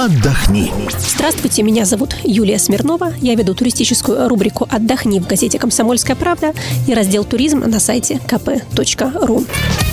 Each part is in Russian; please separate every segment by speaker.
Speaker 1: Отдохни.
Speaker 2: Здравствуйте, меня зовут Юлия Смирнова. Я веду туристическую рубрику «Отдохни» в газете «Комсомольская правда» и раздел «Туризм» на сайте kp.ru.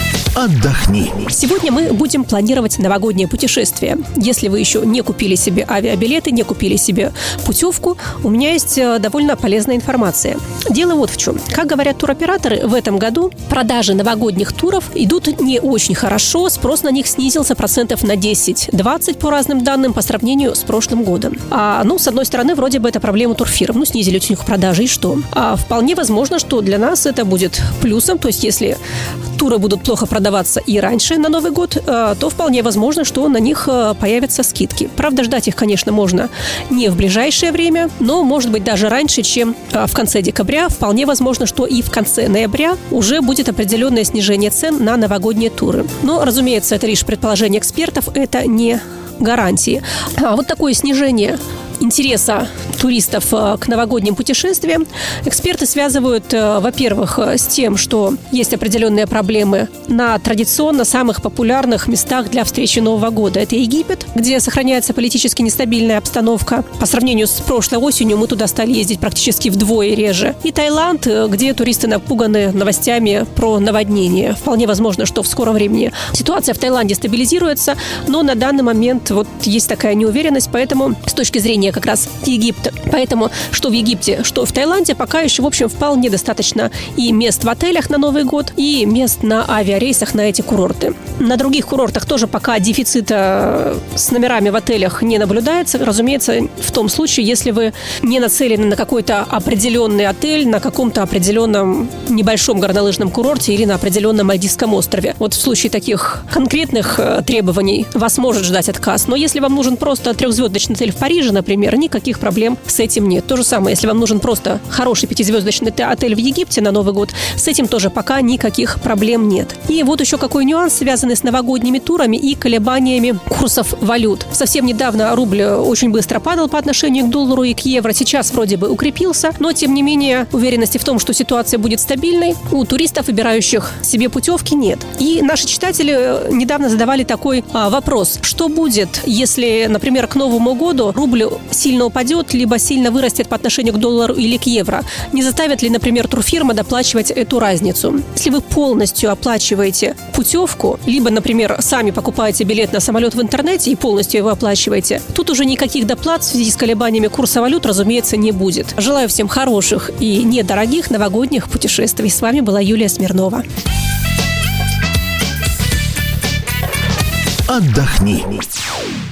Speaker 1: Отдохни.
Speaker 2: Сегодня мы будем планировать новогоднее путешествие. Если вы еще не купили себе авиабилеты, не купили себе путевку, у меня есть довольно полезная информация. Дело вот в чем. Как говорят туроператоры, в этом году продажи новогодних туров идут не очень хорошо. Спрос на них снизился процентов на 10-20 по разным данным по сравнению с прошлым годом. С одной стороны, вроде бы это проблема турфирм. Снизили у них продажи, и что? Вполне возможно, что для нас это будет плюсом. То есть, если туры будут плохо продаваться и раньше на Новый год, то вполне возможно, что на них появятся скидки. Правда, ждать их, конечно, можно не в ближайшее время, но, может быть, даже раньше, чем в конце декабря. Вполне возможно, что и в конце ноября уже будет определенное снижение цен на новогодние туры. Но, разумеется, это лишь предположение экспертов, это не гарантии. Вот такое снижение интереса туристов к новогодним путешествиям эксперты связывают, во-первых, с тем, что есть определенные проблемы на традиционно самых популярных местах для встречи Нового года. Это Египет, где сохраняется политически нестабильная обстановка. По сравнению с прошлой осенью мы туда стали ездить практически вдвое реже. И Таиланд, где туристы напуганы новостями про наводнение. Вполне возможно, что в скором времени ситуация в Таиланде стабилизируется, но на данный момент есть такая неуверенность, поэтому с точки зрения как раз Египта. Поэтому что в Египте, что в Таиланде пока еще, в общем, вполне достаточно и мест в отелях на Новый год, и мест на авиарейсах на эти курорты. На других курортах тоже пока дефицита с номерами в отелях не наблюдается. Разумеется, в том случае, если вы не нацелены на какой-то определенный отель, на каком-то определенном небольшом горнолыжном курорте или на определенном Мальдивском острове. Вот в случае таких конкретных требований вас может ждать отказ. Но если вам нужен просто 3-звездочный отель в Париже, например, никаких проблем с этим нет. То же самое, если вам нужен просто хороший 5-звездочный отель в Египте на Новый год, с этим тоже пока никаких проблем нет. И вот еще какой нюанс, связанный с новогодними турами и колебаниями курсов валют. Совсем недавно рубль очень быстро падал по отношению к доллару и к евро. Сейчас вроде бы укрепился, но тем не менее уверенности в том, что ситуация будет стабильной, у туристов, выбирающих себе путевки, нет. И наши читатели недавно задавали такой вопрос. Что будет, если, например, к Новому году рубль сильно упадет, либо сильно вырастет по отношению к доллару или к евро? Не заставит ли, например, турфирма доплачивать эту разницу? Если вы полностью оплачиваете путевку, либо, например, сами покупаете билет на самолет в интернете и полностью его оплачиваете, тут уже никаких доплат в связи с колебаниями курса валют, разумеется, не будет. Желаю всем хороших и недорогих новогодних путешествий. С вами была Юлия Смирнова.
Speaker 1: Отдохни.